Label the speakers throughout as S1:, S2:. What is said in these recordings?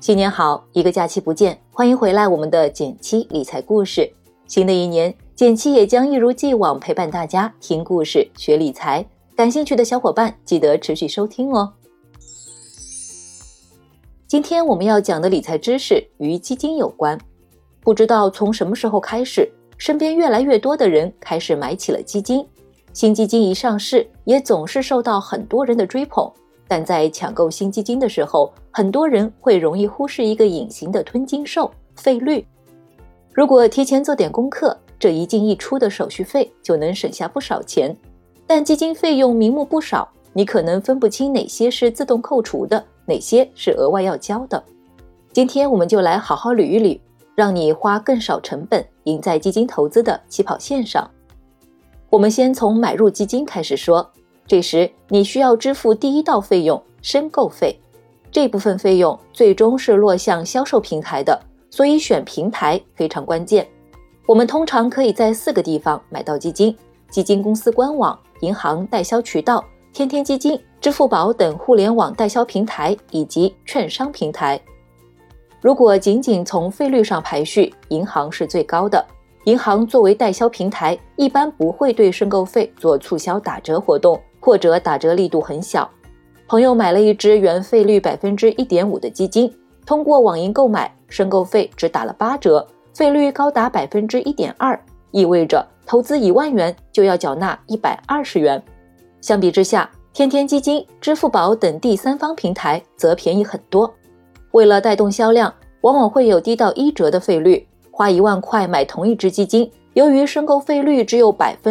S1: 新年好，一个假期不见，欢迎回来我们的减七理财故事。新的一年，减七也将一如既往陪伴大家听故事学理财，感兴趣的小伙伴记得持续收听哦。今天我们要讲的理财知识与基金有关。不知道从什么时候开始，身边越来越多的人开始买起了基金。新基金一上市，也总是受到很多人的追捧。但在抢购新基金的时候，很多人会容易忽视一个隐形的吞金兽——费率。如果提前做点功课，这一进一出的手续费就能省下不少钱。但基金费用名目不少，你可能分不清哪些是自动扣除的，哪些是额外要交的。今天我们就来好好捋一捋，让你花更少成本，赢在基金投资的起跑线上。我们先从买入基金开始说。这时你需要支付第一道费用，申购费。这部分费用最终是落向销售平台的，所以选平台非常关键。我们通常可以在4个地方买到基金：基金公司官网、银行代销渠道、天天基金、支付宝等互联网代销平台以及券商平台。如果仅仅从费率上排序，银行是最高的。银行作为代销平台，一般不会对申购费做促销打折活动，或者打折力度很小。朋友买了一支原费率 1.5% 的基金，通过网银购买，申购费只打了8折，费率高达 1.2%， 意味着投资1万元就要缴纳120元。相比之下，天天基金、支付宝等第三方平台则便宜很多。为了带动销量，往往会有低到1折的费率。花1万块买同一支基金，由于申购费率只有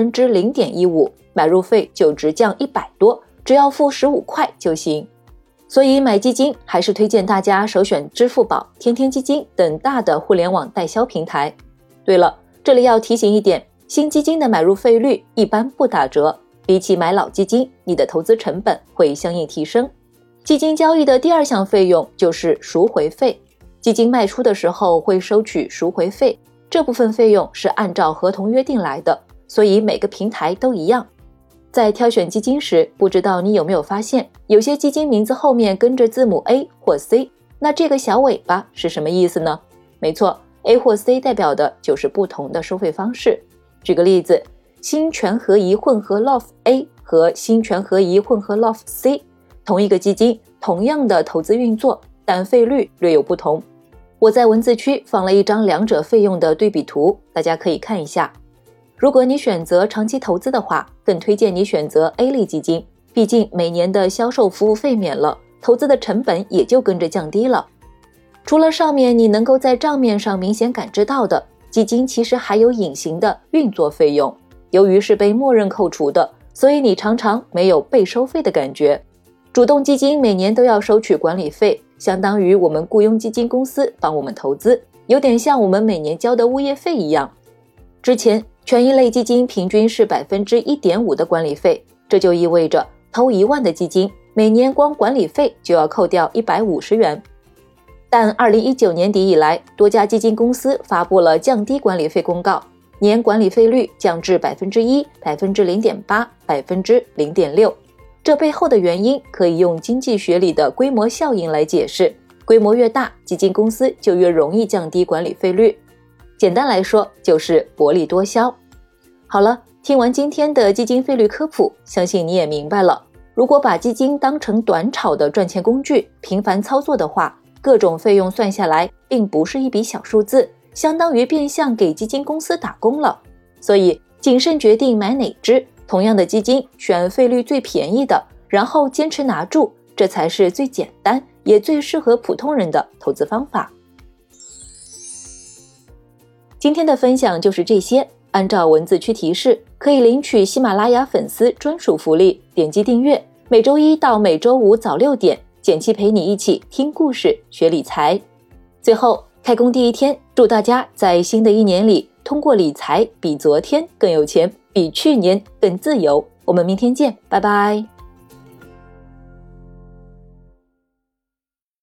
S1: 0.15%， 买入费就直降100多，只要付15块就行。所以买基金还是推荐大家首选支付宝、天天基金等大的互联网代销平台。对了，这里要提醒一点，新基金的买入费率一般不打折，比起买老基金，你的投资成本会相应提升。基金交易的第2项费用就是赎回费。基金卖出的时候会收取赎回费，这部分费用是按照合同约定来的，所以每个平台都一样。在挑选基金时，不知道你有没有发现，有些基金名字后面跟着字母 A 或 C， 那这个小尾巴是什么意思呢？没错， A 或 C 代表的就是不同的收费方式。举个例子，新权合宜混合 LOF A 和新权合宜混合 LOF C， 同一个基金，同样的投资运作，但费率略有不同。我在文字区放了一张两者费用的对比图，大家可以看一下。如果你选择长期投资的话，更推荐你选择 A 类基金，毕竟每年的销售服务费免了，投资的成本也就跟着降低了。除了上面你能够在账面上明显感知到的，基金其实还有隐形的运作费用，由于是被默认扣除的，所以你常常没有被收费的感觉。主动基金每年都要收取管理费，相当于我们雇佣基金公司帮我们投资，有点像我们每年交的物业费一样。之前权益类基金平均是 1.5% 的管理费，这就意味着投1万的基金，每年光管理费就要扣掉150元。但2019年底以来，多家基金公司发布了降低管理费公告，年管理费率降至 1%、0.8%、0.6%。这背后的原因可以用经济学里的规模效应来解释，规模越大，基金公司就越容易降低管理费率。简单来说，就是薄利多销。好了，听完今天的基金费率科普，相信你也明白了，如果把基金当成短炒的赚钱工具，频繁操作的话，各种费用算下来并不是一笔小数字，相当于变相给基金公司打工了。所以谨慎决定买哪支，同样的基金选费率最便宜的，然后坚持拿住，这才是最简单也最适合普通人的投资方法。今天的分享就是这些，按照文字区提示可以领取喜马拉雅粉丝专属福利，点击订阅，每周一到每周五早6点，减七陪你一起听故事学理财。最后，开工第一天，祝大家在新的一年里通过理财比昨天更有钱，比去年更自由。我们明天见，拜拜。